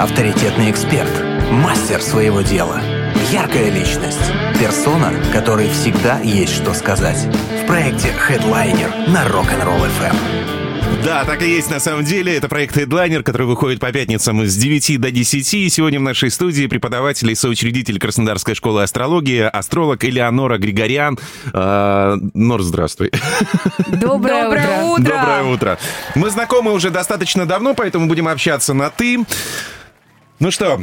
авторитетный эксперт, мастер своего дела, яркая личность, персона, которой всегда есть что сказать. В проекте Headliner на Rock'n'Roll FM. Да, так и есть на самом деле. Это проект Headliner, который выходит по пятницам с 9 до 10. И сегодня в нашей студии преподаватель и соучредитель Краснодарской школы астрологии, астролог Элеонора Григорян. Нор, здравствуй. Доброе утро. Доброе утро. Мы знакомы уже достаточно давно, поэтому будем общаться на «ты». Ну что,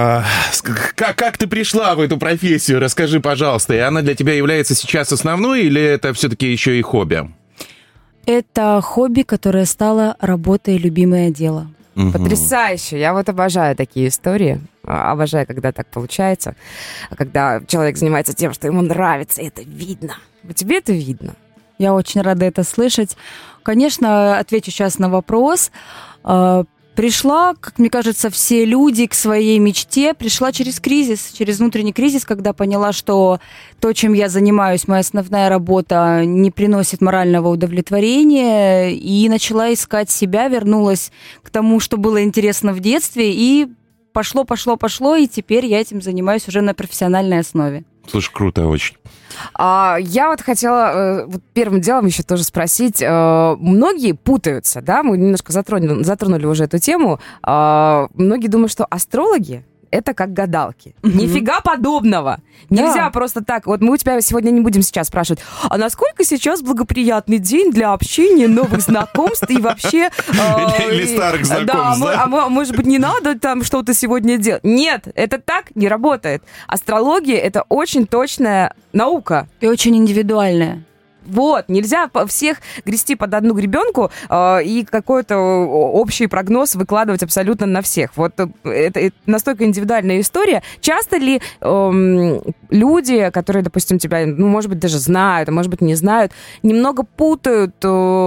как ты пришла в эту профессию? Расскажи, пожалуйста. И она для тебя является сейчас основной или это все-таки еще и хобби? Это хобби, которое стало работой, любимое дело. Потрясающе. Я вот обожаю такие истории. Обожаю, когда так получается. Когда человек занимается тем, что ему нравится, и это видно. Вот тебе это видно? Я очень рада это слышать. Конечно, отвечу сейчас на вопрос. Пришла, как мне кажется, все люди к своей мечте, пришла через кризис, через внутренний кризис, когда поняла, что то, чем я занимаюсь, моя основная работа, не приносит морального удовлетворения, и начала искать себя, вернулась к тому, что было интересно в детстве, и пошло, и теперь я этим занимаюсь уже на профессиональной основе. Слушай, круто очень. Я вот хотела первым делом еще тоже спросить. Многие путаются, да? Мы немножко затронули уже эту тему. Многие думают, что астрологи — это как гадалки. Нифига подобного. Нельзя просто так. Вот мы у тебя сегодня не будем сейчас спрашивать, а насколько сейчас благоприятный день для общения, новых знакомств и вообще... Или старых знакомств, да? Может быть, не надо там что-то сегодня делать? Нет, это так не работает. Астрология — это очень точная наука. И очень индивидуальная. Вот, нельзя всех грести под одну гребенку и какой-то общий прогноз выкладывать абсолютно на всех. Вот это настолько индивидуальная история. Часто ли люди, которые, допустим, тебя, может быть, даже знают, а может быть, не знают, немного путают,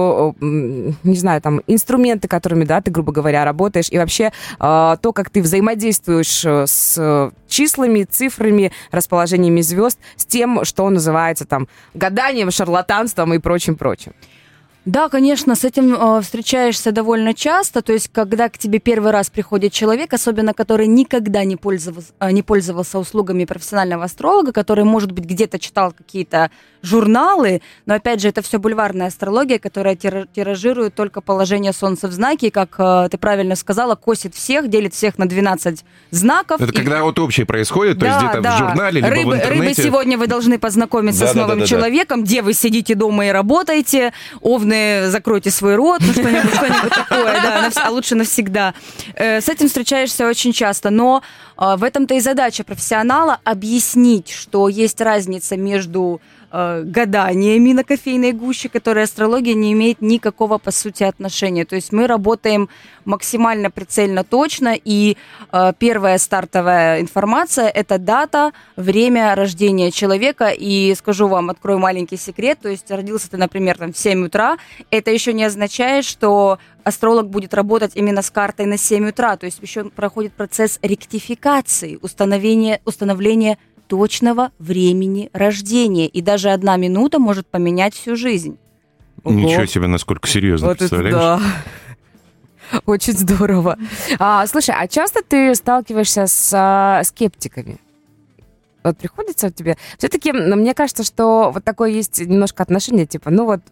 не знаю, там, инструменты, которыми, да, ты, грубо говоря, работаешь, и вообще то, как ты взаимодействуешь с числами, цифрами, расположениями звезд, с тем, что называется там гаданием, шарлатанством и прочим-прочим. Да, конечно, с этим встречаешься довольно часто. То есть, когда к тебе первый раз приходит человек, особенно который никогда не пользовался услугами профессионального астролога, который, может быть, где-то читал какие-то журналы, но, опять же, это все бульварная астрология, которая тиражирует только положение Солнца в знаке, и, как ты правильно сказала, косит всех, делит всех на 12 знаков. Это когда вот общее происходит, то есть где-то в журнале, либо в интернете. Рыбы, сегодня вы должны познакомиться с новым человеком, девы, сидите дома и работаете, овны, закройте свой рот, что-нибудь такое, да, а лучше навсегда. С этим встречаешься очень часто, но в этом-то и задача профессионала — объяснить, что есть разница между гаданиями на кофейной гуще, которые астрология не имеет никакого, по сути, отношения. То есть мы работаем максимально прицельно, точно, и первая стартовая информация — это дата, время рождения человека, и скажу вам, открою маленький секрет, то есть родился ты, например, там, в 7 утра, это еще не означает, что астролог будет работать именно с картой на 7 утра, то есть еще проходит процесс ректификации, установления точного времени рождения. И даже 1 минута может поменять всю жизнь. Ничего себе, насколько серьезно, вот представляешь? Это, да. Очень здорово. Слушай, а часто ты сталкиваешься с скептиками? Вот приходится тебе... Все-таки мне кажется, что вот такое есть немножко отношение, типа,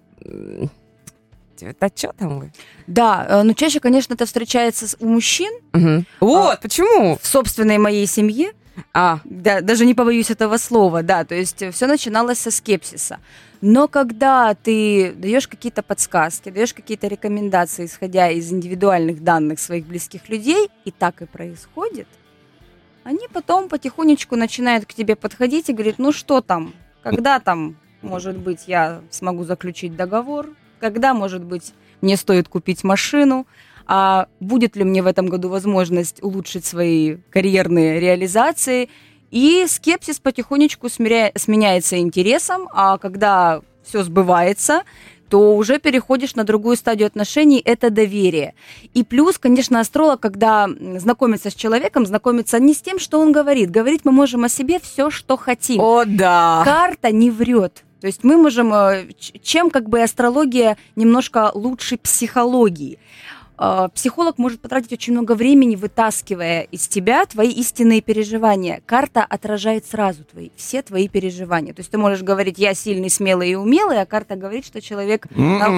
это что там вы? Да, но чаще, конечно, это встречается у мужчин. Вот, почему? В собственной моей семье. Да, даже не побоюсь этого слова, да, то есть все начиналось со скепсиса. Но когда ты даешь какие-то подсказки, даешь какие-то рекомендации, исходя из индивидуальных данных своих близких людей, и так и происходит, они потом потихонечку начинают к тебе подходить и говорить, что там, когда там, может быть, я смогу заключить договор, когда, может быть, мне стоит купить машину, а будет ли мне в этом году возможность улучшить свои карьерные реализации. И скепсис потихонечку сменяется интересом, а когда все сбывается, то уже переходишь на другую стадию отношений, это доверие. И плюс, конечно, астролог, когда знакомится с человеком, знакомится не с тем, что он говорит. Говорить мы можем о себе все, что хотим. О, да! Карта не врет. То есть мы можем, чем как бы астрология немножко лучше психологии. психолог может потратить очень много времени, вытаскивая из тебя твои истинные переживания. Карта отражает сразу все твои переживания. То есть ты можешь говорить: я сильный, смелый и умелый, а карта говорит, что человек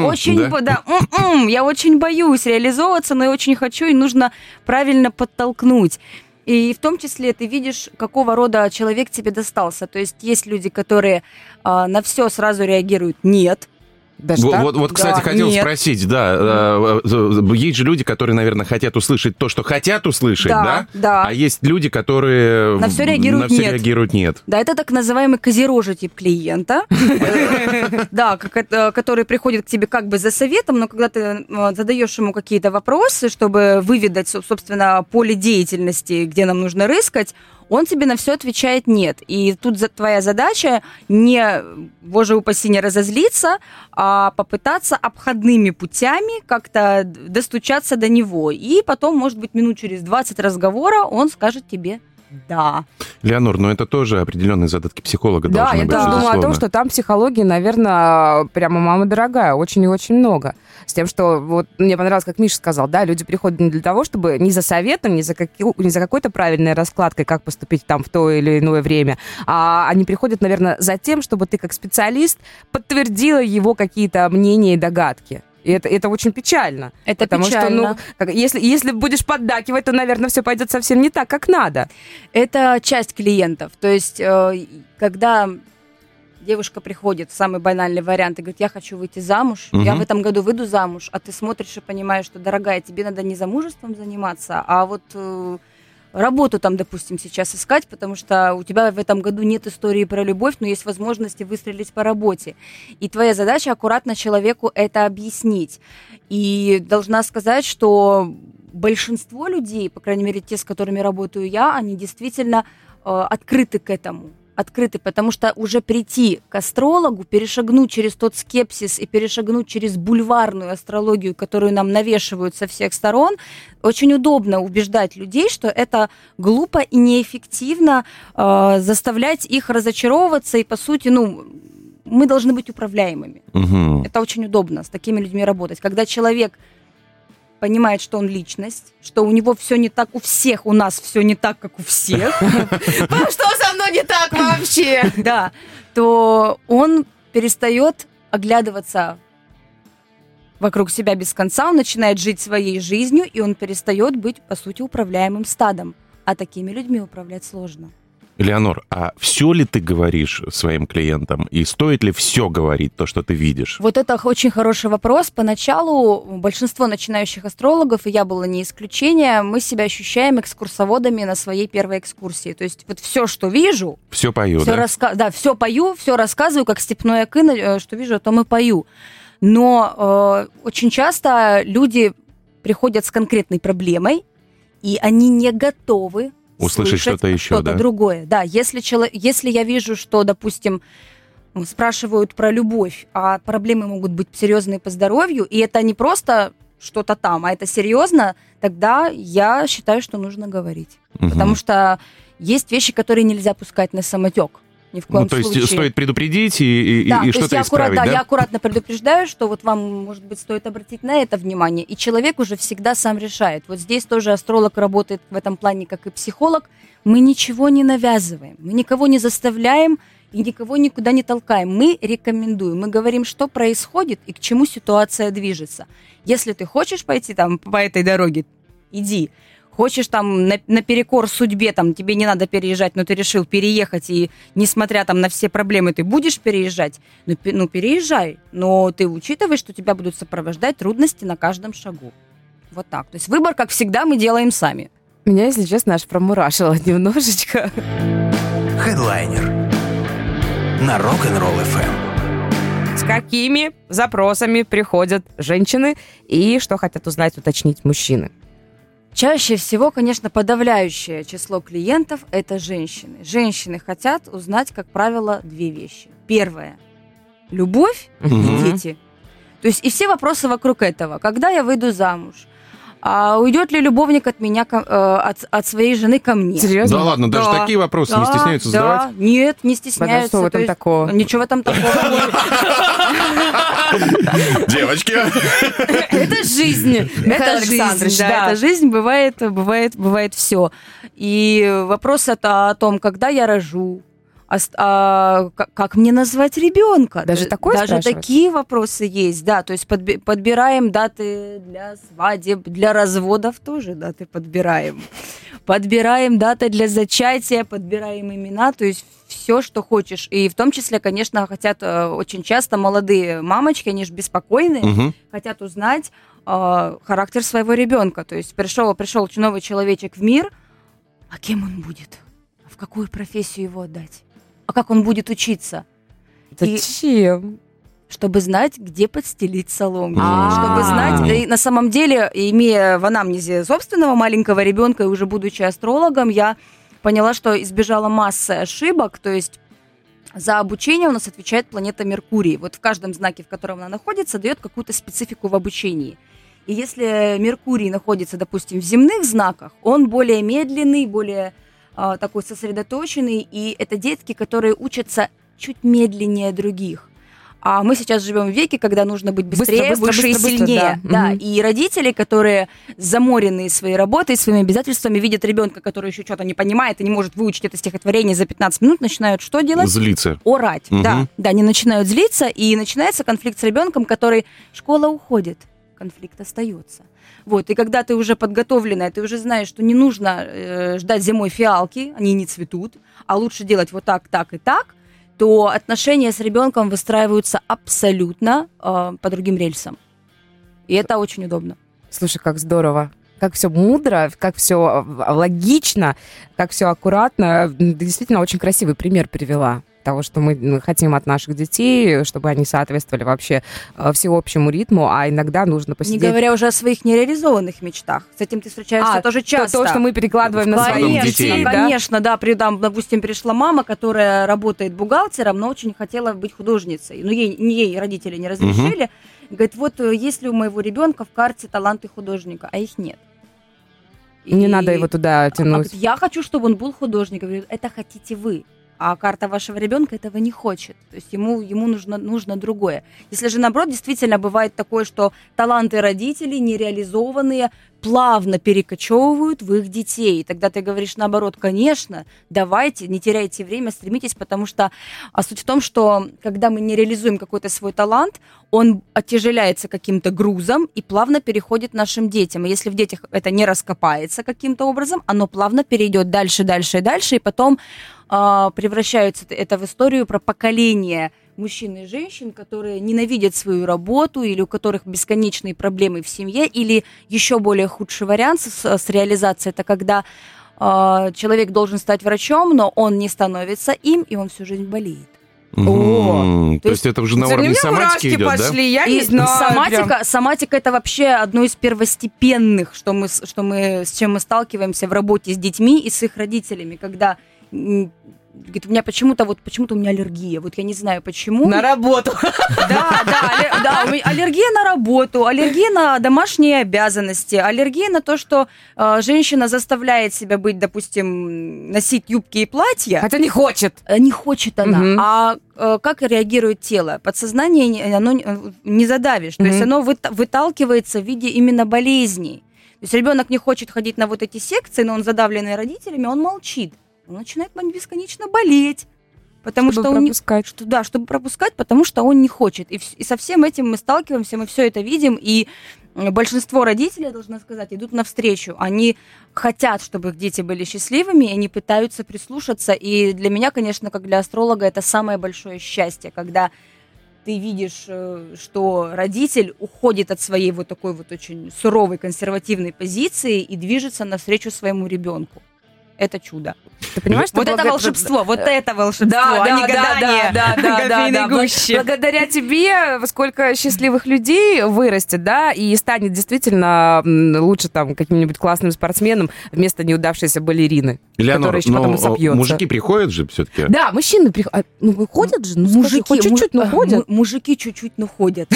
я очень боюсь реализовываться, но я очень хочу, и нужно правильно подтолкнуть. И в том числе ты видишь, какого рода человек тебе достался. То есть есть люди, которые на все сразу реагируют «нет». Вот, кстати, хотел спросить, да, есть же люди, которые, наверное, хотят услышать то, что хотят услышать, да? Да. А есть люди, которые на все реагируют нет. Да, это так называемый козерожий тип клиента, да, который приходит к тебе как бы за советом, но когда ты задаешь ему какие-то вопросы, чтобы выведать, собственно, поле деятельности, где нам нужно рыскать, он тебе на все отвечает «нет». И тут твоя задача не, боже упаси, не разозлиться, а попытаться обходными путями как-то достучаться до него. И потом, может быть, минут через 20 разговора он скажет тебе «да». Леонор, но это тоже определенные задатки психолога должны быть. Да, я тоже думаю о том, что там психологии, наверное, прямо мама дорогая, очень и очень много. С тем, что вот мне понравилось, как Миша сказал, да, люди приходят не для того, чтобы не за советом, не за какой-то правильной раскладкой, как поступить там в то или иное время, а они приходят, наверное, за тем, чтобы ты как специалист подтвердила его какие-то мнения и догадки. И это очень печально. Потому печально. Что, если будешь поддакивать, то, наверное, все пойдет совсем не так, как надо. Это часть клиентов. То есть, когда девушка приходит, самый банальный вариант, и говорит: я хочу выйти замуж, я в этом году выйду замуж, а ты смотришь и понимаешь, что, дорогая, тебе надо не замужеством заниматься, а вот работу там, допустим, сейчас искать, потому что у тебя в этом году нет истории про любовь, но есть возможности выстрелить по работе. И твоя задача аккуратно человеку это объяснить. И должна сказать, что большинство людей, по крайней мере, те, с которыми работаю я, они действительно открыты к этому. Открыты, потому что уже прийти к астрологу, перешагнуть через тот скепсис и перешагнуть через бульварную астрологию, которую нам навешивают со всех сторон, очень удобно убеждать людей, что это глупо и неэффективно, заставлять их разочаровываться, и, по сути, мы должны быть управляемыми. Это очень удобно с такими людьми работать. Когда человек понимает, что он личность, что у него все не так, у нас все не так, как у всех. Что со мной не так вообще? Да, то он перестает оглядываться вокруг себя без конца, он начинает жить своей жизнью, и он перестает быть, по сути, управляемым стадом. А такими людьми управлять сложно. Леонор, а все ли ты говоришь своим клиентам? И стоит ли все говорить, то, что ты видишь? Вот это очень хороший вопрос. Поначалу большинство начинающих астрологов, и я была не исключение, мы себя ощущаем экскурсоводами на своей первой экскурсии. То есть вот все, что вижу... Все пою, да? Да, все пою, все рассказываю, как степной акын, что вижу, то и пою. Но очень часто люди приходят с конкретной проблемой, и они не готовы услышать что-то еще, что-то другое. Да, если я вижу, что, допустим, спрашивают про любовь, а проблемы могут быть серьезные по здоровью, и это не просто что-то там, а это серьезно, тогда я считаю, что нужно говорить. Потому что есть вещи, которые нельзя пускать на самотек. Ни в коем случае. То есть стоит предупредить и что-то исправить, да? Я аккуратно предупреждаю, что вот вам, может быть, стоит обратить на это внимание, и человек уже всегда сам решает. Вот здесь тоже астролог работает в этом плане, как и психолог. Мы ничего не навязываем, мы никого не заставляем и никого никуда не толкаем. Мы рекомендуем, мы говорим, что происходит и к чему ситуация движется. Если ты хочешь пойти там по этой дороге, иди. Хочешь там наперекор судьбе, там тебе не надо переезжать, но ты решил переехать, и несмотря там на все проблемы, ты будешь переезжать, ну переезжай, но ты учитывай, что тебя будут сопровождать трудности на каждом шагу. Вот так. То есть выбор, как всегда, мы делаем сами. Меня, если честно, аж промурашило немножечко. Хедлайнер на Rock'n'Roll FM. С какими запросами приходят женщины и что хотят узнать, уточнить мужчины? Чаще всего, конечно, подавляющее число клиентов – это женщины. Женщины хотят узнать, как правило, две вещи. Первое – любовь и дети. То есть и все вопросы вокруг этого. Когда я выйду замуж? А уйдет ли любовник от меня, от своей жены ко мне? Серьезно? Да ладно, даже такие вопросы не стесняются задавать? Нет, не стесняются. Что в этом такого? Ничего там такого нет. Девочки! Это жизнь. Это жизнь, да, это жизнь, бывает все. И вопрос это о том, когда я рожу, как мне назвать ребенка? Даже такие вопросы есть, да. То есть подбираем даты для свадеб, для разводов тоже даты подбираем. Подбираем даты для зачатия, подбираем имена, то есть все, что хочешь. И в том числе, конечно, хотят очень часто молодые мамочки, они же беспокойные, хотят узнать характер своего ребенка. То есть пришел новый человечек в мир, а кем он будет? В какую профессию его отдать? А как он будет учиться? Зачем? Чтобы знать, где подстелить соломку. Чтобы знать, и на самом деле, имея в анамнезе собственного маленького ребенка и уже будучи астрологом, я поняла, что избежала массы ошибок. То есть за обучение у нас отвечает планета Меркурий. Вот в каждом знаке, в котором она находится, дает какую-то специфику в обучении. И если Меркурий находится, допустим, в земных знаках, он более медленный, более такой сосредоточенный, и это детки, которые учатся чуть медленнее других. А мы сейчас живем в веке, когда нужно быть быстрее, выше и сильнее. Да. И родители, которые заморенные своей работой, своими обязательствами, видят ребенка, который еще что-то не понимает и не может выучить это стихотворение за 15 минут, начинают что делать? Злиться. Орать. Да, они начинают злиться, и начинается конфликт с ребенком, который... Школа уходит, конфликт остается. Вот, и когда ты уже подготовленная, ты уже знаешь, что не нужно ждать зимой фиалки, они не цветут, а лучше делать вот так, так и так, то отношения с ребенком выстраиваются абсолютно по другим рельсам. И это очень удобно. Слушай, как здорово. Как все мудро, как все логично, как все аккуратно. Ты действительно очень красивый пример привела того, что мы хотим от наших детей, чтобы они соответствовали вообще всеобщему ритму, а иногда нужно посидеть... Не говоря уже о своих нереализованных мечтах. С этим ты встречаешься тоже часто. То, что мы перекладываем на своих детей, да? Конечно, да. Допустим, пришла мама, которая работает бухгалтером, но очень хотела быть художницей. Но ей родители не разрешили. Говорит, вот есть ли у моего ребенка в карте таланты художника, а их нет. Не надо его туда тянуть. Я хочу, чтобы он был художником. Говорит, это хотите вы. А карта вашего ребенка этого не хочет. То есть ему нужно другое. Если же, наоборот, действительно бывает такое, что таланты родителей нереализованные плавно перекочевывают в их детей. И тогда ты говоришь, наоборот, конечно, давайте, не теряйте время, стремитесь, потому что суть в том, что когда мы не реализуем какой-то свой талант, он оттяжеляется каким-то грузом и плавно переходит нашим детям. И если в детях это не раскопается каким-то образом, оно плавно перейдет дальше, дальше и дальше, и потом превращается это в историю про поколение мужчин и женщин, которые ненавидят свою работу или у которых бесконечные проблемы в семье, или еще более худший вариант с реализацией, это когда человек должен стать врачом, но он не становится им, и он всю жизнь болеет. То есть это уже на уровне соматики идет, пошли, да? Я не знаю. Соматика это вообще одно из первостепенных, с чем мы сталкиваемся в работе с детьми и с их родителями, когда говорит, у меня почему-то у меня аллергия. Вот я не знаю почему. На работу. Да, аллергия на работу, аллергия на домашние обязанности, аллергия на то, что женщина заставляет себя быть, допустим, носить юбки и платья. Хотя не хочет. Не хочет она. А как реагирует тело? Подсознание оно не задавишь. То есть оно выталкивается в виде именно болезней. То есть ребенок не хочет ходить на вот эти секции, но он задавленный родителями, он молчит. Он начинает бесконечно болеть. Потому чтобы пропускать. Чтобы пропускать, потому что он не хочет. И со всем этим мы сталкиваемся, мы все это видим, и большинство родителей, я должна сказать, идут навстречу. Они хотят, чтобы их дети были счастливыми, и они пытаются прислушаться. И для меня, конечно, как для астролога, это самое большое счастье, когда ты видишь, что родитель уходит от своей вот такой вот очень суровой, консервативной позиции и движется навстречу своему ребенку. это чудо. Ты понимаешь, что вот это волшебство, да, а не гадание кофейной гущи. Благодаря тебе сколько счастливых людей вырастет, да, и станет действительно лучше там каким-нибудь классным спортсменом вместо неудавшейся балерины, Элеонора, которая еще потом и сопьется. Мужики приходят же все-таки? Да, мужчины приходят. Ну, ходят же, ну, мужики, хоть чуть-чуть, но ходят. Мужики чуть-чуть, но ходят.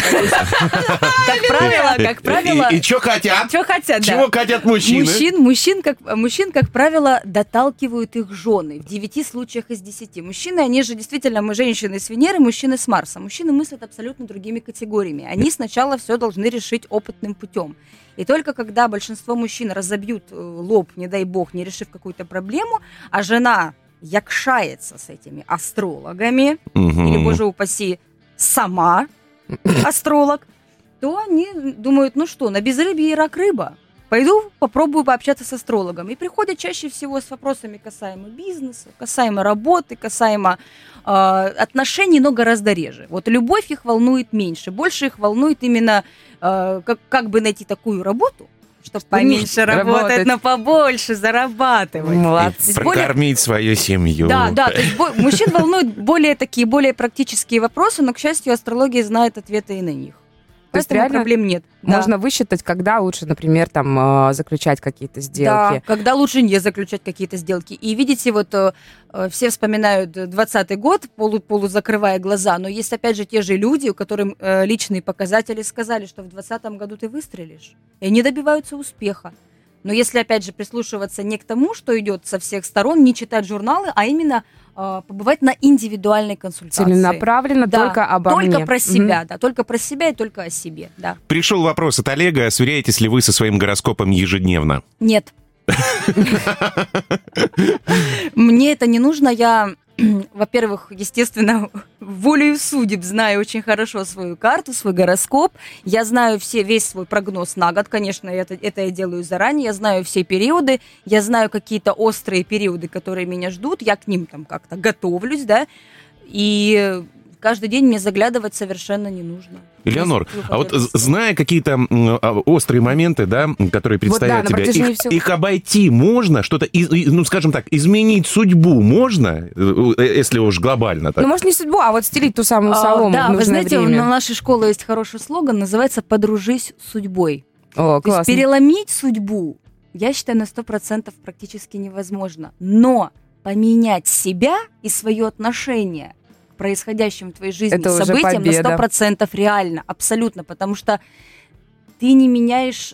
Как правило... И что хотят? Что хотят, да. Чего хотят мужчины? Мужчин, как правило, доталкивают их жены. В 9 случаях из 10. Мужчины, они же действительно, мы женщины с Венеры, мужчины с Марса. Мужчины мыслят абсолютно другими категориями. Они сначала все должны решить опытным путем. И только когда большинство мужчин разобьют лоб, не дай бог, не решив какую-то проблему, а жена якшается с этими астрологами, или, боже упаси, сама астролог, то они думают, ну что, на безрыбье и рак рыба. Пойду попробую пообщаться с астрологом. И приходят чаще всего с вопросами касаемо бизнеса, касаемо работы, касаемо отношений, но гораздо реже. Вот любовь их волнует меньше. Больше их волнует именно как бы найти такую работу, чтобы поменьше работать, но побольше зарабатывать. Молодцы. И прокормить свою семью. Да, то есть мужчин волнуют более практические вопросы, но, к счастью, астрология знает ответы и на них. То есть поэтому реально проблем нет. Можно высчитать, когда лучше, например, там заключать какие-то сделки. Да, когда лучше не заключать какие-то сделки. И видите, вот все вспоминают 2020 год, полузакрывая глаза, но есть опять же те же люди, у которых личные показатели сказали, что в 2020 году ты выстрелишь, и они добиваются успеха. Но если, опять же, прислушиваться не к тому, что идет со всех сторон, не читать журналы, а именно побывать на индивидуальной консультации. Целенаправленно, да, только обо мне. Только про себя, да, только про себя и только о себе, да. Пришел вопрос от Олега. Сверяетесь ли вы со своим гороскопом ежедневно? Нет. Мне это не нужно. Я, во-первых, естественно, волею судеб знаю очень хорошо свою карту, свой гороскоп. Я знаю весь свой прогноз на год. Конечно, это я делаю заранее. Я знаю все периоды. Я знаю какие-то острые периоды, которые меня ждут. Я к ним там как-то готовлюсь, да. И каждый день мне заглядывать совершенно не нужно. Элеонор, а вот зная какие-то острые моменты, да, которые предстоят вот, да, тебе, их обойти можно? Что-то, ну, скажем так, изменить судьбу можно, если уж глобально так? Ну, может, не судьбу, а вот стелить ту самую солому в нужное время. Да, вы знаете, у нашей школы есть хороший слоган, называется «Подружись с судьбой». О, классно. То есть переломить судьбу, я считаю, на 100% практически невозможно. Но поменять себя и свое отношение происходящим в твоей жизни это событиям на 100% реально, абсолютно, потому что ты не меняешь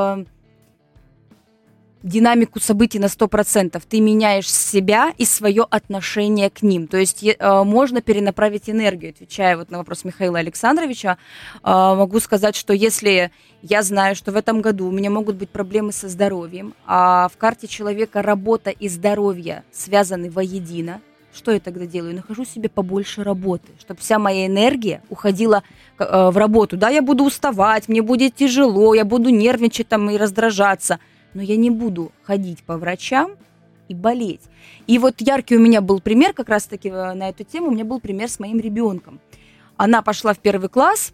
динамику событий на 100%, ты меняешь себя и свое отношение к ним, то есть можно перенаправить энергию, отвечая вот на вопрос Михаила Александровича, могу сказать, что если я знаю, что в этом году у меня могут быть проблемы со здоровьем, а в карте человека работа и здоровье связаны воедино, что я тогда делаю? Нахожу себе побольше работы, чтобы вся моя энергия уходила в работу. Да, я буду уставать, мне будет тяжело, я буду нервничать там и раздражаться, но я не буду ходить по врачам и болеть. И вот яркий у меня был пример как раз-таки на эту тему, у меня был пример с моим ребенком. Она пошла в 1 класс,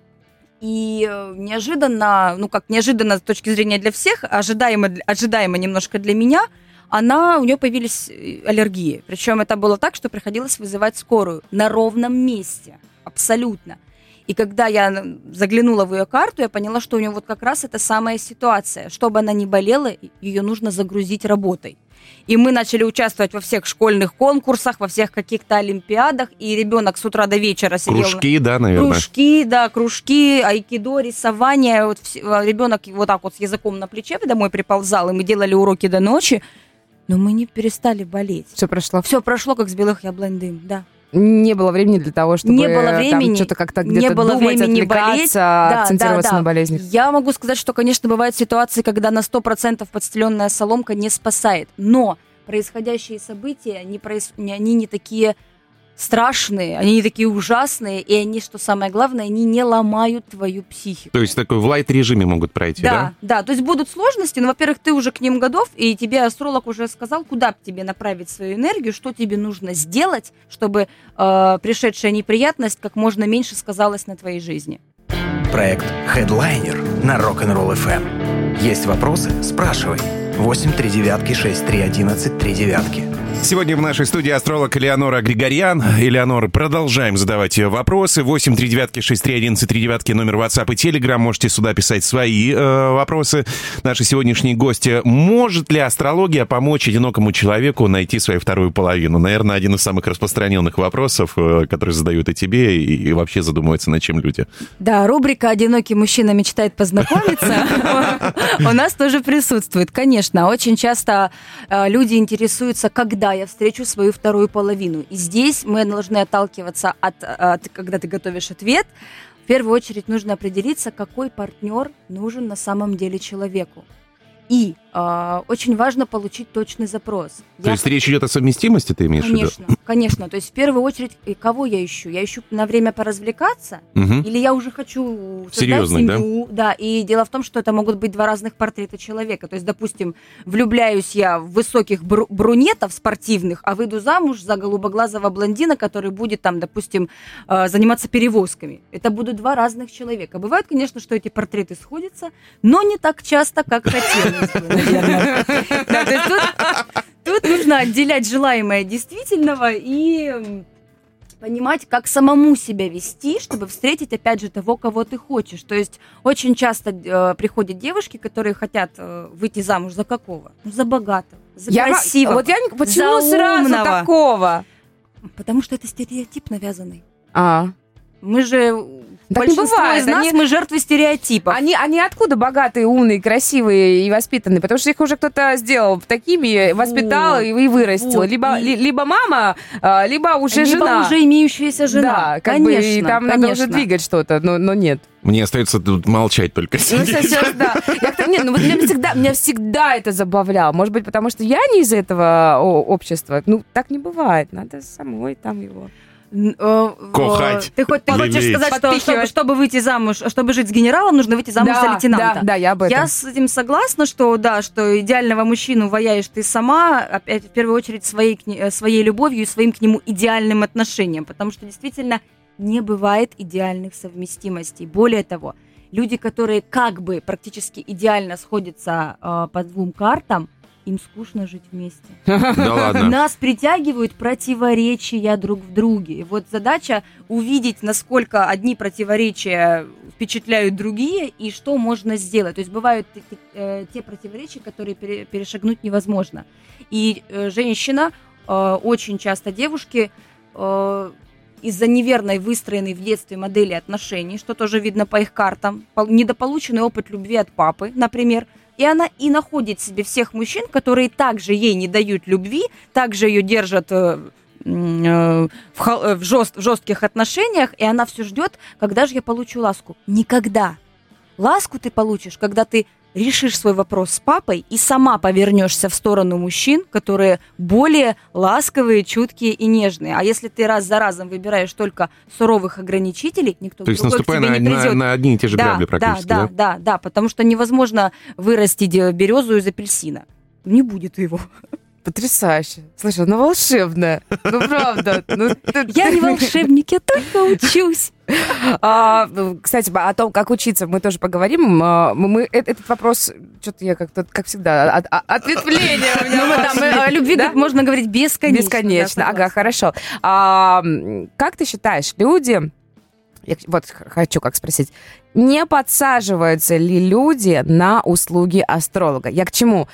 и неожиданно, ну как неожиданно с точки зрения для всех, ожидаемо немножко для меня, у нее появились аллергии. Причем это было так, что приходилось вызывать скорую на ровном месте. Абсолютно. И когда я заглянула в ее карту, я поняла, что у нее вот как раз эта самая ситуация. Чтобы она не болела, ее нужно загрузить работой. И мы начали участвовать во всех школьных конкурсах, во всех каких-то олимпиадах, и ребенок с утра до вечера сидел... Кружки, да, наверное? Кружки, айкидо, рисование. Вот ребенок вот так вот с языком на плече домой приползал, и мы делали уроки до ночи. Но мы не перестали болеть. Все прошло? Все прошло, как с белых яблонь дым, да. Не было времени для того, чтобы там что-то как-то где-то думать, отвлекаться, акцентироваться на болезнях. Я могу сказать, что, конечно, бывают ситуации, когда на 100% подстеленная соломка не спасает. Но происходящие события, они не такие страшные, они не такие ужасные, и они, что самое главное, они не ломают твою психику. То есть такой в лайт-режиме могут пройти, да? Да, то есть будут сложности, но, во-первых, ты уже к ним готов, и тебе астролог уже сказал, куда тебе направить свою энергию, что тебе нужно сделать, чтобы пришедшая неприятность как можно меньше сказалась на твоей жизни. Проект Headliner на Rock'n'Roll FM. Есть вопросы? Спрашивай. 839-6311-39. Сегодня в нашей студии астролог Элеонора Григорян. Элеонора, продолжаем задавать вопросы. 839-6311-39, номер WhatsApp и Telegram. Можете сюда писать свои вопросы. Наши сегодняшние гости. Может ли астрология помочь одинокому человеку найти свою вторую половину? Наверное, один из самых распространенных вопросов, которые задают и тебе, и вообще задумываются, над чем люди. Да, рубрика «Одинокий мужчина мечтает познакомиться» у нас тоже присутствует. Конечно, очень часто люди интересуются, когда я встречу свою вторую половину. И здесь мы должны отталкиваться от когда ты готовишь ответ, в первую очередь нужно определиться, какой партнер нужен на самом деле человеку. И очень важно получить точный запрос. То есть речь идет о совместимости, ты имеешь в виду? Конечно. То есть в первую очередь, кого я ищу? Я ищу на время поразвлекаться? Или я уже хочу создать семью? Да, и дело в том, что это могут быть два разных портрета человека. То есть, допустим, влюбляюсь я в высоких брюнетов спортивных, а выйду замуж за голубоглазого блондина, который будет там, допустим, заниматься перевозками. Это будут два разных человека. Бывает, конечно, что эти портреты сходятся, но не так часто, как хотелось бы, наверное. Да, то есть тут нужно отделять желаемое от действительного и понимать, как самому себя вести, чтобы встретить, опять же, того, кого ты хочешь. То есть очень часто приходят девушки, которые хотят выйти замуж за какого? Ну, за богатого, за красивого, почему сразу такого? Потому что это стереотип навязанный. Мы же... Так большинство бывает. из нас мы жертвы стереотипов. Они откуда богатые, умные, красивые и воспитанные? Потому что их уже кто-то сделал такими, воспитал и вырастил. Либо мама, либо уже жена. Либо уже имеющаяся жена. Да, конечно, и там надо уже двигать что-то, но нет. Мне остается тут молчать только сидеть. Меня всегда это забавляло. Может быть, потому что я не из этого общества. Так не бывает. Надо самой там его... Кохать. Ты хочешь сказать, что чтобы выйти замуж, чтобы жить с генералом, нужно выйти замуж за лейтенанта? Да, я об этом. Я с этим согласна, что идеального мужчину ваяешь ты сама, опять в первую очередь своей любовью и своим к нему идеальным отношением, потому что действительно не бывает идеальных совместимостей. Более того, люди, которые как бы практически идеально сходятся по двум картам, им скучно жить вместе. Да ладно. Нас притягивают противоречия друг в друге. И вот задача увидеть, насколько одни противоречия впечатляют другие, и что можно сделать. То есть бывают те противоречия, которые перешагнуть невозможно. И женщина, очень часто девушки, из-за неверной выстроенной в детстве модели отношений, что тоже видно по их картам, недополученный опыт любви от папы, например, и она и находит себе всех мужчин, которые также ей не дают любви, также ее держат в жестких отношениях, и она все ждет, когда же я получу ласку. Никогда. Ласку ты получишь, когда ты решишь свой вопрос с папой и сама повернешься в сторону мужчин, которые более ласковые, чуткие и нежные. А если ты раз за разом выбираешь только суровых ограничителей, никто другой к тебе не придет. На одни и те же грабли практически, да, потому что невозможно вырастить березу из апельсина. Не будет его. Потрясающе. Слушай, она волшебная. Правда. Я не волшебник, я только учусь. Кстати, о том, как учиться, мы тоже поговорим. Мы этот вопрос, что-то я как-то, как всегда, ответвление у меня. О любви можно говорить бесконечно. Бесконечно, ага, хорошо. Как ты считаешь, люди... Вот хочу как спросить. Не подсаживаются ли люди на услуги астролога? Я к чему?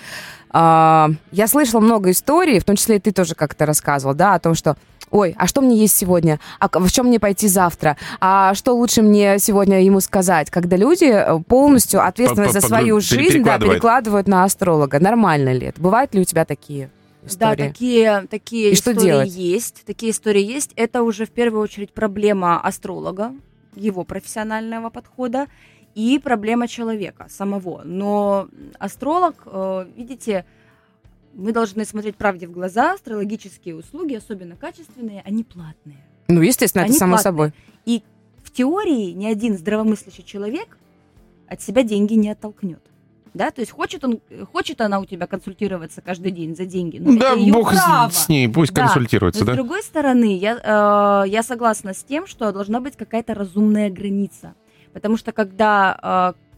Я слышала много историй, в том числе и ты тоже как-то рассказывал, да, о том, что ой, а что мне есть сегодня? А в чем мне пойти завтра? А что лучше мне сегодня ему сказать? Когда люди полностью ответственность за свою жизнь перекладывают на астролога. Нормально ли это? Бывают ли у тебя такие истории? Да, такие истории есть. Такие истории есть. Это уже в первую очередь проблема астролога, его профессионального подхода, и проблема человека самого. Но астролог, видите, мы должны смотреть правде в глаза. Астрологические услуги, особенно качественные, они платные. Ну, естественно, это само собой. И в теории ни один здравомыслящий человек от себя деньги не оттолкнет. Да, то есть хочет она у тебя консультироваться каждый день за деньги. Но да, это ее бог право. С ней, пусть консультируется, но да. С другой стороны, я согласна с тем, что должна быть какая-то разумная граница. Потому что когда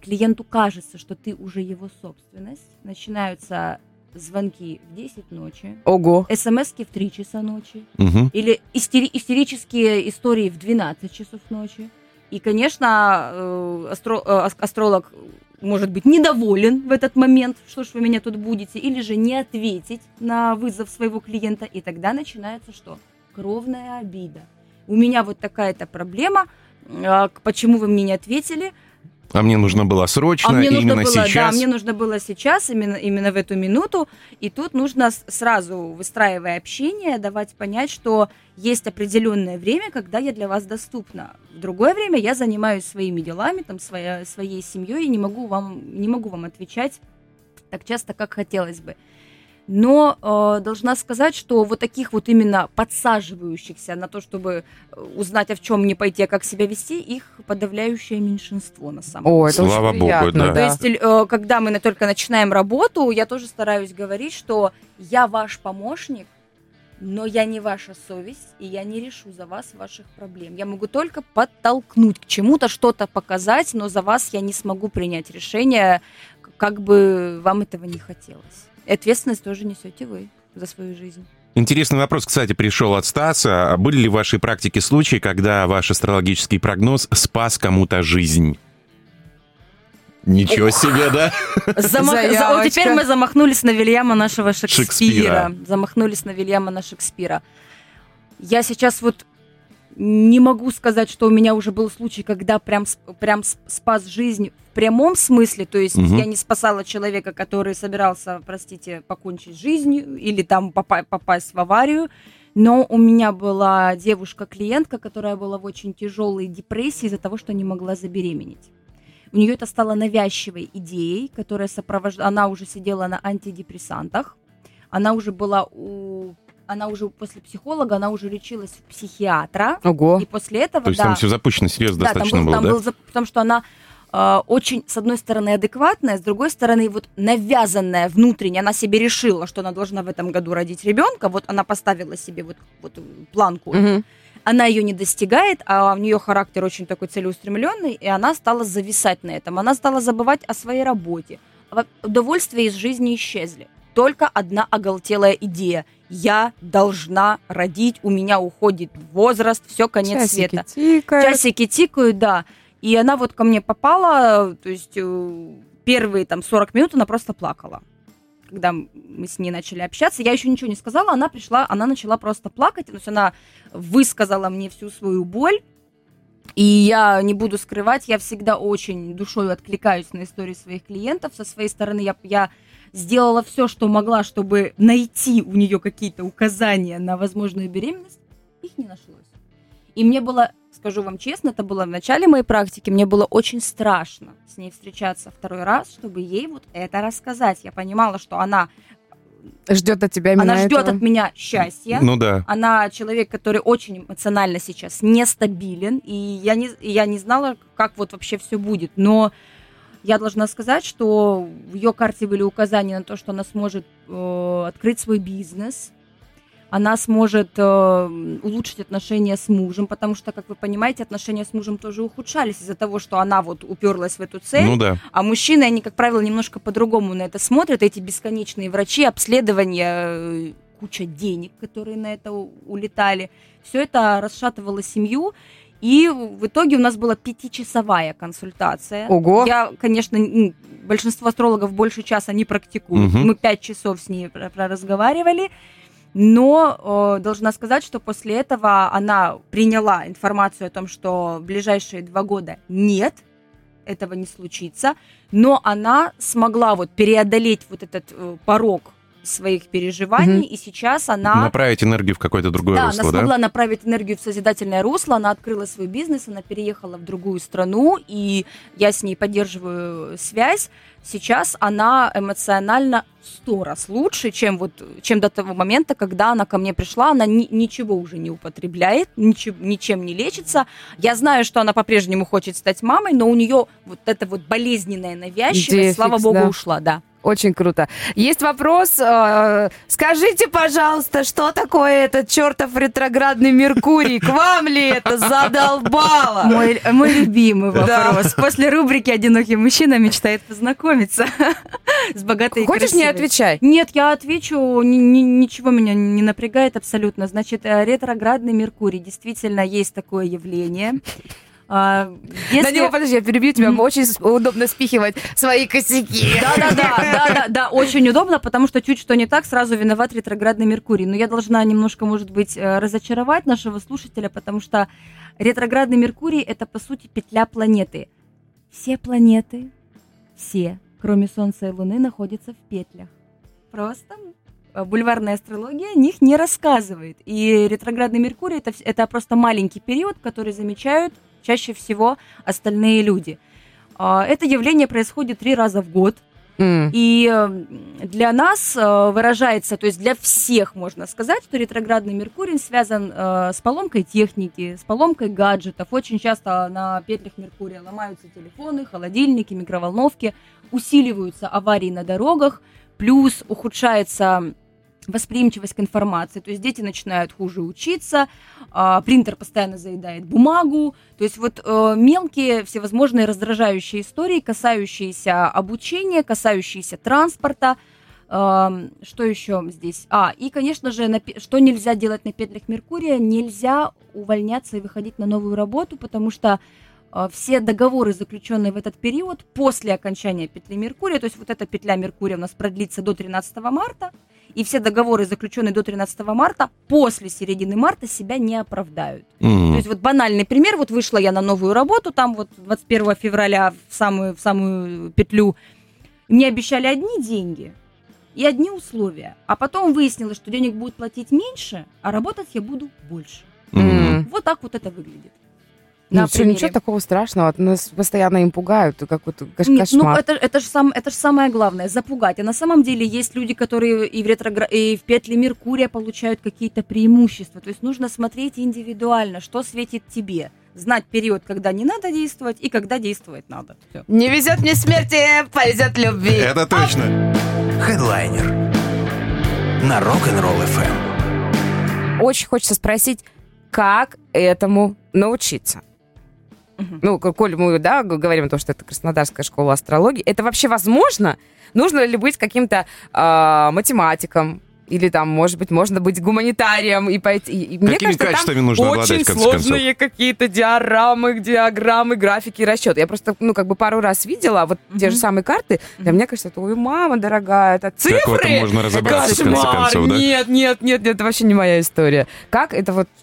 клиенту кажется, что ты уже его собственность, начинаются звонки в 10 ночи, Ого. смс-ки в 3 часа ночи, Мгм. или истерические истории в 12 часов ночи. И, конечно, астролог может быть недоволен в этот момент, что ж вы меня тут будете, или же не ответить на вызов своего клиента, и тогда начинается что? Кровная обида. У меня вот такая-то проблема, почему вы мне не ответили? А мне нужно было срочно, именно сейчас. Да, мне нужно было сейчас, именно в эту минуту. И тут нужно сразу, выстраивая общение, давать понять, что есть определенное время, когда я для вас доступна. В другое время я занимаюсь своими делами, там, своей семьей, и не могу вам отвечать так часто, как хотелось бы. Но должна сказать, что вот таких вот именно подсаживающихся на то, чтобы узнать, в чем мне пойти, а как себя вести, их подавляющее меньшинство на самом деле. О, это Слава очень богу, приятно, да. То есть, когда мы только начинаем работу, я тоже стараюсь говорить, что я ваш помощник, но я не ваша совесть, и я не решу за вас ваших проблем. Я могу только подтолкнуть к чему-то, что-то показать, но за вас я не смогу принять решение, как бы вам этого не хотелось. И ответственность тоже несете вы за свою жизнь. Интересный вопрос, кстати, пришел от Стаса. Были ли в вашей практике случаи, когда ваш астрологический прогноз спас кому-то жизнь? Ничего себе, да? Заявочка. Теперь мы замахнулись на Вильяма нашего Шекспира. Шекспира. Замахнулись на Вильяма на Шекспира. Я сейчас вот не могу сказать, что у меня уже был случай, когда прям спас жизнь в прямом смысле, то есть я не спасала человека, который собирался, простите, покончить с жизнью или там попасть в аварию, но у меня была девушка-клиентка, которая была в очень тяжелой депрессии из-за того, что не могла забеременеть. У нее это стало навязчивой идеей, которая она уже сидела на антидепрессантах, она уже после психолога, она уже лечилась в психиатра. Ого. И после этого, То есть там все запущено серьезно достаточно было, да? Потому что она очень, с одной стороны, адекватная, с другой стороны, вот навязанная внутренне. Она себе решила, что она должна в этом году родить ребенка. Вот она поставила себе вот планку. Угу. Она ее не достигает, а у нее характер очень такой целеустремленный, и она стала зависать на этом. Она стала забывать о своей работе. Удовольствия из жизни исчезли. Только одна оголтелая идея. Я должна родить, у меня уходит возраст, все, конец света. Часики тикают, да. И она вот ко мне попала, то есть первые там 40 минут она просто плакала. Когда мы с ней начали общаться, я еще ничего не сказала, она пришла, она начала просто плакать, то есть она высказала мне всю свою боль. И я не буду скрывать, я всегда очень душой откликаюсь на истории своих клиентов. Со своей стороны я сделала все, что могла, чтобы найти у нее какие-то указания на возможную беременность. Их не нашлось. И мне было, скажу вам честно, это было в начале моей практики, мне было очень страшно с ней встречаться второй раз, чтобы ей вот это рассказать. Я понимала, что она ждет от тебя именно Она ждет этого. от меня счастья. Ну да. Она человек, который очень эмоционально сейчас нестабилен. И я не знала, как вот вообще все будет. Но я должна сказать, что в ее карте были указания на то, что она сможет открыть свой бизнес. Она сможет улучшить отношения с мужем, потому что, как вы понимаете, отношения с мужем тоже ухудшались из-за того, что она вот уперлась в эту цель. Ну да. А мужчины, они, как правило, немножко по-другому на это смотрят. Эти бесконечные врачи, обследования, куча денег, которые на это улетали. Все это расшатывало семью. И в итоге у нас была 5-часовая консультация. Ого! Я, конечно, большинство астрологов больше часа не практикуют. Мы 5 часов с ней проразговаривали. Но должна сказать, что после этого она приняла информацию о том, что в ближайшие 2 года нет, этого не случится, но она смогла вот преодолеть вот этот порог своих переживаний, и сейчас она... Направить энергию в какое-то другое русло, да? Она смогла направить энергию в созидательное русло, она открыла свой бизнес, она переехала в другую страну, и я с ней поддерживаю связь. Сейчас она эмоционально 100 раз лучше, чем до того момента, когда она ко мне пришла. Она ничего уже не употребляет, ничем не лечится. Я знаю, что она по-прежнему хочет стать мамой, но у нее вот эта вот болезненная навязчивость, слава богу, ушла, да. Очень круто. Есть вопрос. Скажите, пожалуйста, что такое этот чертов ретроградный Меркурий? К вам ли это задолбало? Мой любимый вопрос. После рубрики «Одинокий мужчина мечтает познакомиться» с богатой и красивой. Хочешь, не отвечай? Нет, я отвечу. Ничего меня не напрягает абсолютно. Значит, ретроградный Меркурий. Действительно, есть такое явление. На него, подожди, я перебью тебя, очень удобно спихивать свои косяки. Да, очень удобно, потому что чуть что не так, сразу виноват ретроградный Меркурий. Но я должна немножко, может быть, разочаровать нашего слушателя, потому что ретроградный Меркурий – это, по сути, петля планеты. Все планеты, все, кроме Солнца и Луны, находятся в петлях. Просто бульварная астрология о них не рассказывает. И ретроградный Меркурий – это просто маленький период, который замечают чаще всего остальные люди. Это явление происходит 3 раза в год. И для нас выражается, то есть для всех можно сказать, что ретроградный Меркурий связан с поломкой техники, с поломкой гаджетов. Очень часто на петлях Меркурия ломаются телефоны, холодильники, микроволновки, усиливаются аварии на дорогах, плюс ухудшается восприимчивость к информации, то есть дети начинают хуже учиться, принтер постоянно заедает бумагу, то есть вот мелкие всевозможные раздражающие истории, касающиеся обучения, касающиеся транспорта. Что еще здесь? И, конечно же, что нельзя делать на петлях Меркурия? Нельзя увольняться и выходить на новую работу, потому что все договоры, заключенные в этот период, после окончания петли Меркурия, то есть вот эта петля Меркурия у нас продлится до 13 марта, и все договоры, заключенные до 13 марта, после середины марта себя не оправдают. То есть вот банальный пример, вот вышла я на новую работу, там вот 21 февраля в самую петлю, мне обещали одни деньги и одни условия, а потом выяснилось, что денег будут платить меньше, а работать я буду больше. Вот так вот это выглядит. Ничего такого страшного, нас постоянно им пугают, какой-то кошмар. Нет, это же самое главное, запугать. А на самом деле есть люди, которые и в петле Меркурия получают какие-то преимущества. То есть нужно смотреть индивидуально, что светит тебе. Знать период, когда не надо действовать, и когда действовать надо. Все. Не везет мне смерти, повезет любви. Это точно. Хедлайнер на Rock'n'Roll FM. Очень хочется спросить, как этому научиться? Коль мы, говорим о том, что это Краснодарская школа астрологии, это вообще возможно? Нужно ли быть каким-то математиком? Или там, может быть, можно быть гуманитарием и пойти... Мне кажется, качествами нужно обладать, в конце концов? Очень сложные какие-то диаграммы, графики, расчеты. Я просто, пару раз видела вот те же самые карты. Для меня кажется, ой, мама дорогая, это цифры! Как в этом можно разобраться, в конце концов, да? Нет, это вообще не моя история. Как это вот...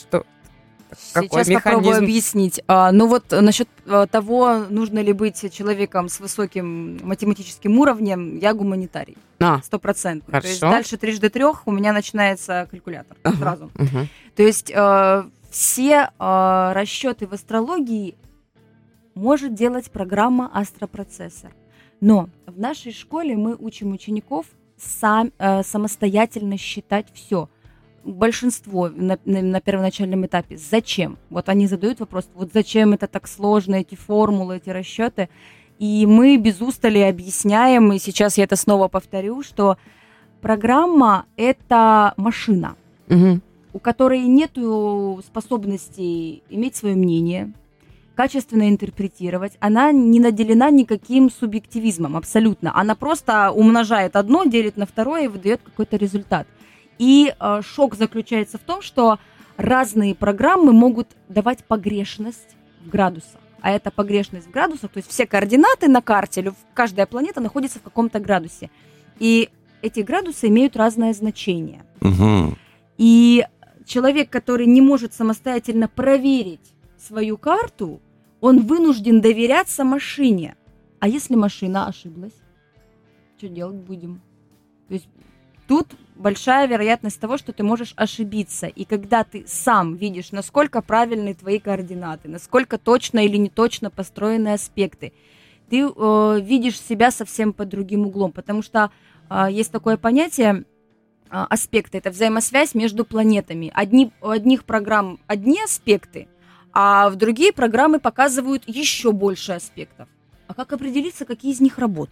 Сейчас попробую объяснить. Насчет того, нужно ли быть человеком с высоким математическим уровнем, я гуманитарий. 100%. То есть дальше 3 × 3 у меня начинается калькулятор сразу. То есть все расчеты в астрологии может делать программа «Астропроцессор». Но в нашей школе мы учим учеников самостоятельно считать все. Большинство на первоначальном этапе. Зачем? Вот они задают вопрос, вот зачем это так сложно, эти формулы, эти расчеты. И мы без устали объясняем, и сейчас я это снова повторю, что программа – это машина, у которой нет способности иметь свое мнение, качественно интерпретировать. Она не наделена никаким субъективизмом, абсолютно. Она просто умножает одно, делит на второе и выдает какой-то результат. И шок заключается в том, что разные программы могут давать погрешность в градусах. А это погрешность в градусах, то есть все координаты на карте, каждая планета находится в каком-то градусе. И эти градусы имеют разное значение. И человек, который не может самостоятельно проверить свою карту, он вынужден доверяться машине. А если машина ошиблась, что делать будем? То есть тут большая вероятность того, что ты можешь ошибиться. И когда ты сам видишь, насколько правильны твои координаты, насколько точно или не точно построены аспекты, ты видишь себя совсем под другим углом. Потому что есть такое понятие аспекты. Это взаимосвязь между планетами. У одних программ одни аспекты, а в другие программы показывают еще больше аспектов. А как определиться, какие из них работают?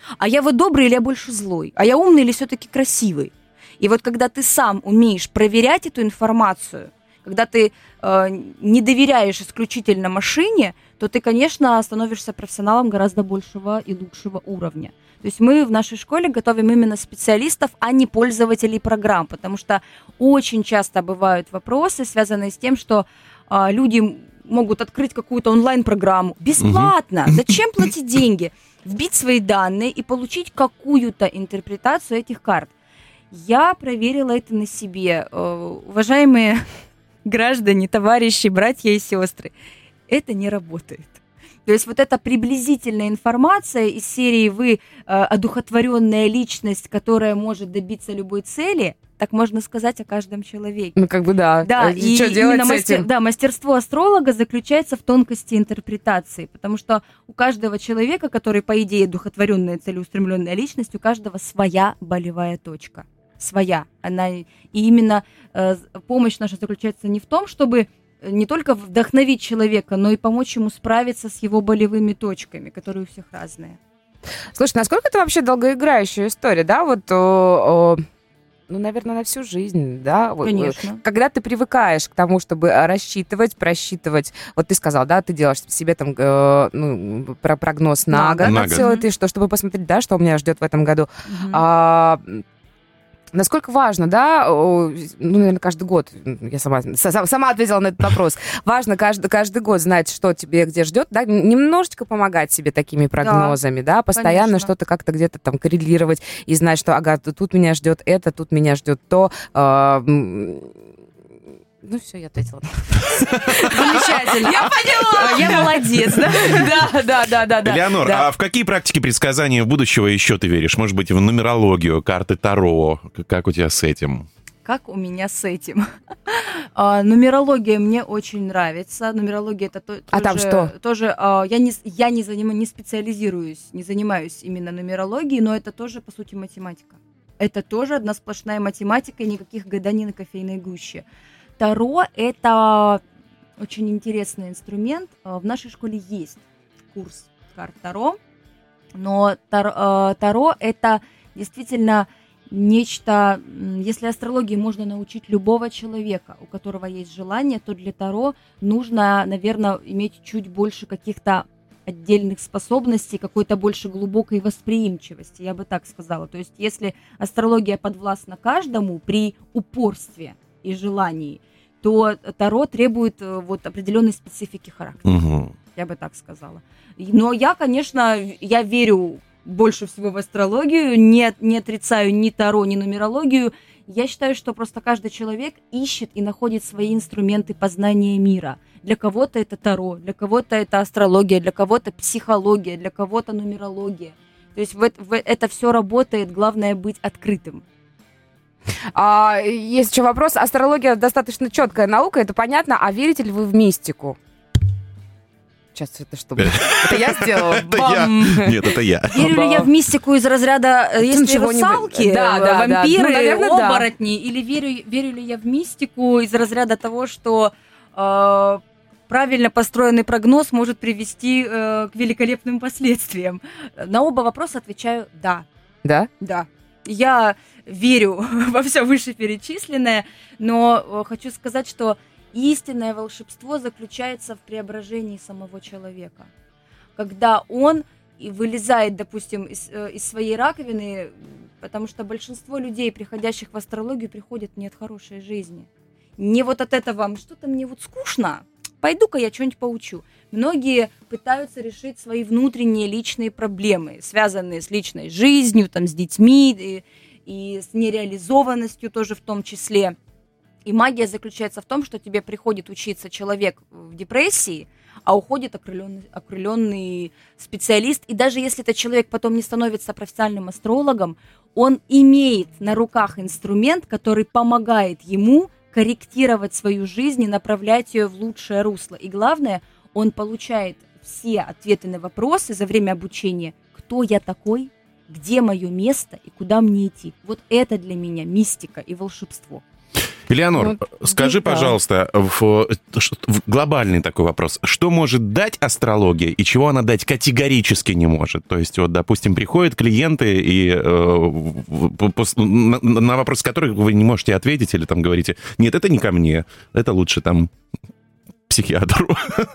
А я вот добрый или я больше злой? А я умный или все-таки красивый? И вот когда ты сам умеешь проверять эту информацию, когда ты не доверяешь исключительно машине, то ты, конечно, становишься профессионалом гораздо большего и лучшего уровня. То есть мы в нашей школе готовим именно специалистов, а не пользователей программ, потому что очень часто бывают вопросы, связанные с тем, что люди могут открыть какую-то онлайн-программу бесплатно. Зачем платить деньги? Вбить свои данные и получить какую-то интерпретацию этих карт. Я проверила это на себе. Уважаемые граждане, товарищи, братья и сестры, это не работает. То есть вот эта приблизительная информация из серии «Вы одухотворенная личность, которая может добиться любой цели», так можно сказать о каждом человеке. Ну, как бы да. Да, и что делать с этим? Да, мастерство астролога заключается в тонкости интерпретации, потому что у каждого человека, который, по идее, одухотворенная, целеустремленная личность, у каждого своя болевая точка. Своя. И именно помощь наша заключается не в том, чтобы не только вдохновить человека, но и помочь ему справиться с его болевыми точками, которые у всех разные. Слушай, насколько это вообще долгоиграющая история, да? Вот, ну, наверное, на всю жизнь, да? Конечно. Когда ты привыкаешь к тому, чтобы рассчитывать, просчитывать, вот ты сказал, да, ты делаешь себе там прогноз на год, ты что, чтобы посмотреть, да, что у меня ждет в этом году. Насколько важно, да, ну, наверное, каждый год, я сама ответила на этот вопрос, важно каждый год знать, что тебе где ждет, да, немножечко помогать себе такими прогнозами, да, постоянно конечно. Что-то как-то где-то там коррелировать и знать, что, ага, тут меня ждет это, тут меня ждет то. Ну, все, я ответила. Замечательно. Я поняла. Я молодец, да? Да. Элеонор, а в какие практики предсказания будущего еще ты веришь? Может быть, в нумерологию, карты Таро? Как у тебя с этим? Как у меня с этим? Нумерология мне очень нравится. Нумерология это тоже... А там что? Тоже я не специализируюсь, не занимаюсь именно нумерологией, но это тоже, по сути, математика. Это тоже одна сплошная математика и никаких гаданий на кофейной гуще. Таро – это очень интересный инструмент. В нашей школе есть курс карт Таро, но Таро – это действительно нечто… Если астрологии можно научить любого человека, у которого есть желание, то для Таро нужно, наверное, иметь чуть больше каких-то отдельных способностей, какой-то больше глубокой восприимчивости, я бы так сказала. То есть если астрология подвластна каждому при упорстве и желании, то Таро требует вот определенной специфики характера. Угу. Я бы так сказала. Но я, конечно, я верю больше всего в астрологию, не отрицаю ни Таро, ни нумерологию. Я считаю, что просто каждый человек ищет и находит свои инструменты познания мира. Для кого-то это Таро, для кого-то это астрология, для кого-то психология, для кого-то нумерология. То есть это все работает, главное быть открытым. Есть еще вопрос. Астрология достаточно четкая наука, это понятно. А верите ли вы в мистику? Сейчас это что? Это я сделала? Нет, это я. Верю ли я в мистику из разряда есть русалки, вампиры, оборотни? Или верю ли я в мистику из разряда того, что правильно построенный прогноз может привести к великолепным последствиям? На оба вопроса отвечаю «да». Да? Да. Я верю во все вышеперечисленное, но хочу сказать, что истинное волшебство заключается в преображении самого человека. Когда он вылезает, допустим, из своей раковины, потому что большинство людей, приходящих в астрологию, приходят не от хорошей жизни. Не вот от этого, что-то мне вот скучно, пойду-ка я что-нибудь поучу. Многие пытаются решить свои внутренние личные проблемы, связанные с личной жизнью, там, с детьми и с нереализованностью тоже в том числе. И магия заключается в том, что тебе приходит учиться человек в депрессии, а уходит окрыленный специалист. И даже если этот человек потом не становится профессиональным астрологом, он имеет на руках инструмент, который помогает ему корректировать свою жизнь и направлять ее в лучшее русло. И главное, он получает все ответы на вопросы за время обучения. Кто я такой? Где мое место и куда мне идти? Вот это для меня мистика и волшебство. Элеонор, скажи, пожалуйста, в глобальный такой вопрос. Что может дать астрология и чего она дать категорически не может? То есть, вот, допустим, приходят клиенты, и на вопрос которых вы не можете ответить, или там говорите, нет, это не ко мне, это лучше там психиатру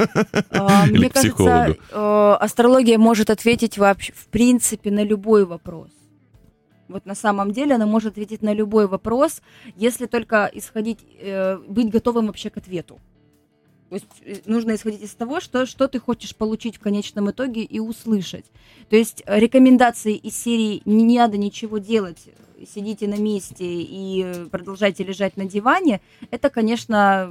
или психологу. Мне кажется, астрология может ответить вообще, в принципе, на любой вопрос. Вот на самом деле она может ответить на любой вопрос, если только быть готовым вообще к ответу. То есть нужно исходить из того, что ты хочешь получить в конечном итоге и услышать. То есть рекомендации из серии «не надо ничего делать, сидите на месте и продолжайте лежать на диване», это, конечно,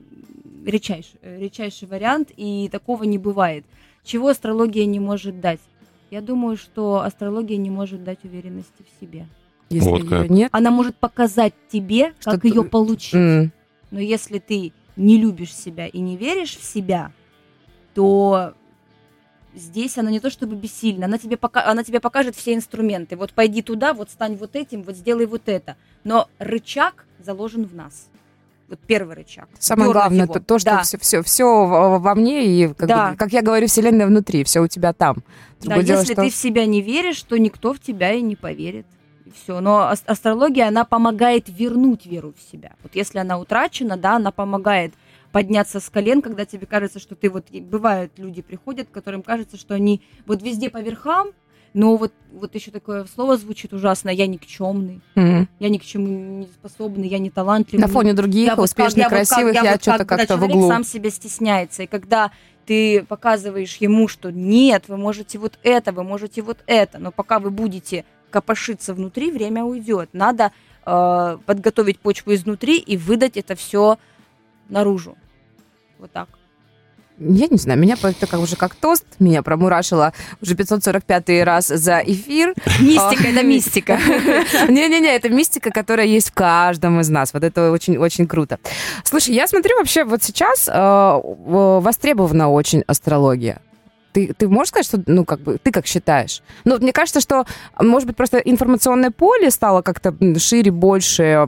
редчайший вариант, и такого не бывает. Чего астрология не может дать? Я думаю, что астрология не может дать уверенности в себе. Если вот ее нет. Она может показать тебе, как ее получить. Но если ты не любишь себя и не веришь в себя, то здесь она не то чтобы бессильна, она тебе покажет все инструменты. Вот пойди туда, вот стань вот этим, вот сделай вот это. Но рычаг заложен в нас. Вот первый рычаг. Самое главное, то, что все во мне, и, как я говорю, вселенная внутри, все у тебя там. Если ты в себя не веришь, то никто в тебя и не поверит. И все. Но астрология, она помогает вернуть веру в себя. Вот если она утрачена, да, она помогает подняться с колен, когда тебе кажется, что ты вот... Бывают люди приходят, которым кажется, что они вот везде по верхам, но вот еще такое слово звучит ужасно: я никчемный, я ни к чему не способный, я не талантливый. На фоне других успешных, красивых, я что-то как-то в углу. Человек сам себя стесняется, и когда ты показываешь ему, что нет, вы можете вот это, вы можете вот это, но пока вы будете копошиться внутри, время уйдет. Надо подготовить почву изнутри и выдать это все наружу. Вот так. Я не знаю, меня это как тост, меня промурашило уже 545 раз за эфир. Мистика, это мистика. Не-не-не, это мистика, которая есть в каждом из нас. Вот это очень-очень круто. Слушай, я смотрю, вообще вот сейчас востребована очень астрология. Ты можешь сказать, что, ты как считаешь? Мне кажется, что, может быть, просто информационное поле стало как-то шире, больше.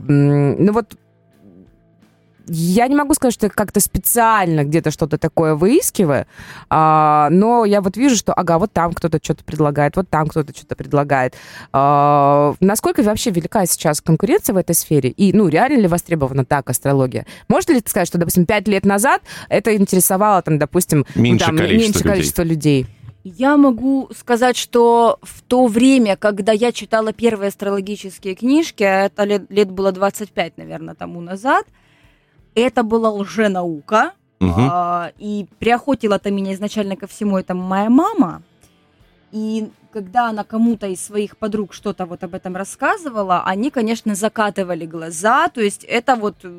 Я не могу сказать, что я как-то специально где-то что-то такое выискиваю, но я вот вижу, что, вот там кто-то что-то предлагает, вот там кто-то что-то предлагает. Насколько вообще велика сейчас конкуренция в этой сфере? И, реально ли востребована так астрология? Можно ли сказать, что, допустим, 5 лет назад это интересовало, допустим, меньше количества людей? Я могу сказать, что в то время, когда я читала первые астрологические книжки, это лет было 25, наверное, тому назад, это была лженаука, и приохотила-то меня изначально ко всему это моя мама. И когда она кому-то из своих подруг что-то вот об этом рассказывала, они, конечно, закатывали глаза. То есть это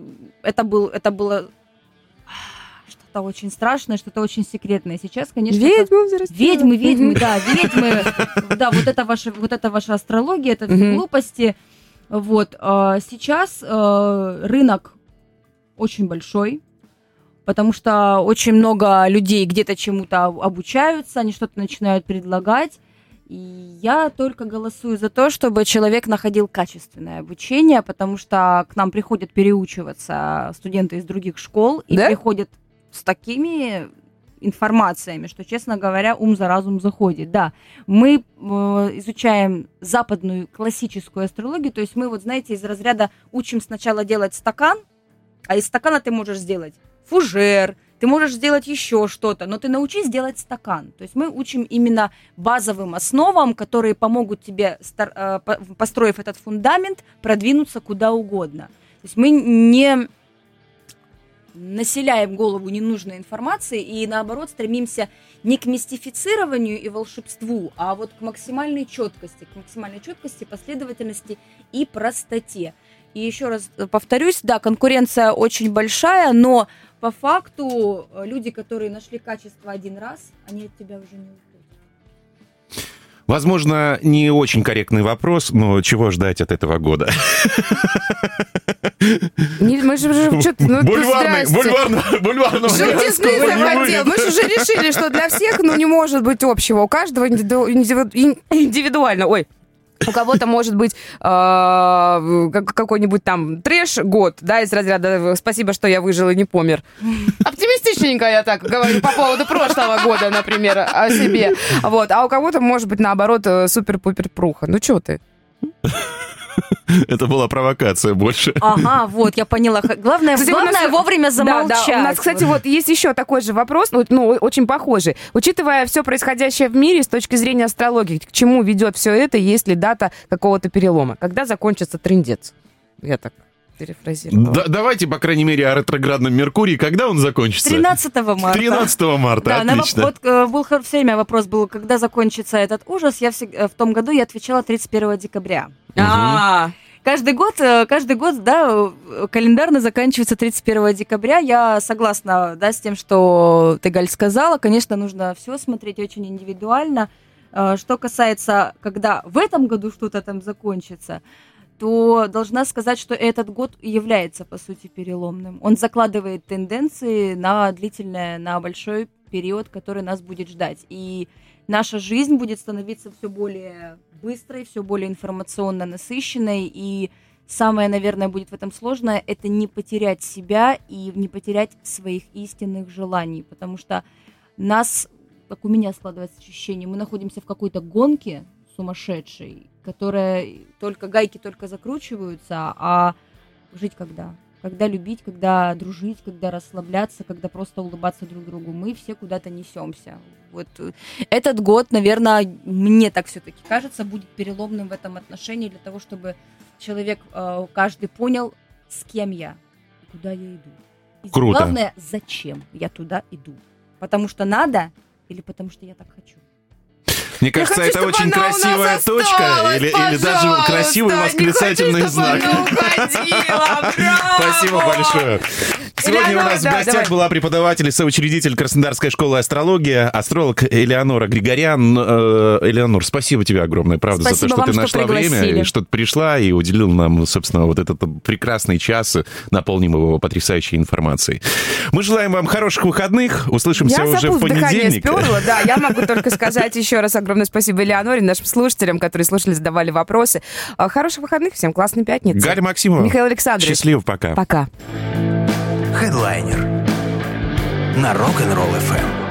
было что-то очень страшное, что-то очень секретное. Сейчас, конечно... Ведьмы, да, ведьмы. Да, вот это ваша астрология, это все глупости. Вот. Сейчас рынок очень большой, потому что очень много людей где-то чему-то обучаются, они что-то начинают предлагать. И я только голосую за то, чтобы человек находил качественное обучение, потому что к нам приходят переучиваться студенты из других школ, и приходят с такими информациями, что, честно говоря, ум за разум заходит. Да, мы изучаем западную классическую астрологию, то есть мы, из разряда учим сначала делать стакан, а из стакана ты можешь сделать фужер, ты можешь сделать еще что-то, но ты научись делать стакан. То есть мы учим именно базовым основам, которые помогут тебе, построив этот фундамент, продвинуться куда угодно. То есть мы не населяем голову ненужной информацией и, наоборот, стремимся не к мистифицированию и волшебству, а вот к максимальной четкости, последовательности и простоте. И еще раз повторюсь, да, конкуренция очень большая, но по факту люди, которые нашли качество один раз, они от тебя уже не уйдут. Возможно, не очень корректный вопрос, но чего ждать от этого года? Мы же бульварного. Желтизны захотел. Мы же уже решили, что для всех, не может быть общего. У каждого индивидуально. Ой. У кого-то может быть какой-нибудь там трэш-год, да, из разряда «Спасибо, что я выжил и не помер». Оптимистичненько я так говорю по поводу прошлого года, например, о себе. Вот. А у кого-то может быть, наоборот, супер-пупер-пруха. Ну, что ты? Это была провокация больше. Ага, вот, я поняла. Главное, Кстати, главное вовремя замолчать. Да, у нас, кстати, вот есть еще такой же вопрос, ну, очень похожий. Учитывая все происходящее в мире с точки зрения астрологии, к чему ведет все это, есть ли дата какого-то перелома? Когда закончится трындец? Я так перефразировала. Давайте, по крайней мере, о ретроградном Меркурии. Когда он закончится? 13 марта. 13 марта, да, отлично. Вот был все время вопрос был, когда закончится этот ужас. Я в том году я отвечала 31 декабря. Каждый год, да, календарно заканчивается 31 декабря. Я согласна, да, с тем, что ты, Галь, сказала. Конечно, нужно все смотреть очень индивидуально. Что касается, когда в этом году что-то там закончится, то должна сказать, что этот год является, по сути, переломным. Он закладывает тенденции на длительное, на большой период, который нас будет ждать. И наша жизнь будет становиться все более быстрой, все более информационно насыщенной. И самое, наверное, будет в этом сложное, это не потерять себя и не потерять своих истинных желаний. Потому что нас, как у меня складывается ощущение, мы находимся в какой-то гонке сумасшедшей, которая гайки только закручиваются, а жить когда? Когда любить, когда дружить, когда расслабляться, когда просто улыбаться друг другу. Мы все куда-то несемся. Вот этот год, наверное, мне так все-таки кажется, будет переломным в этом отношении для того, чтобы человек, каждый понял, с кем я, куда я иду. И Круто. Главное, зачем я туда иду. Потому что надо или потому что я так хочу. Мне кажется, хочу, это очень чтобы она у нас красивая точка или даже красивый восклицательный знак. Спасибо большое. Сегодня у нас в гостях была преподаватель и соучредитель Краснодарской школы астрологии, астролог Элеонора Григорян. Элеонор, спасибо тебе огромное, правда, за то, что ты нашла время, и что ты пришла и уделила нам, собственно, вот этот прекрасный час, наполним его потрясающей информацией. Мы желаем вам хороших выходных, услышимся уже в понедельник. Да, я могу только сказать еще раз огромное спасибо Элеоноре, нашим слушателям, которые слушали, задавали вопросы. Хороших выходных, всем классной пятницы. Галя Максимова. Михаил Александрович. Счастливо, пока. Пока. Headliner на Rock'n'Roll FM.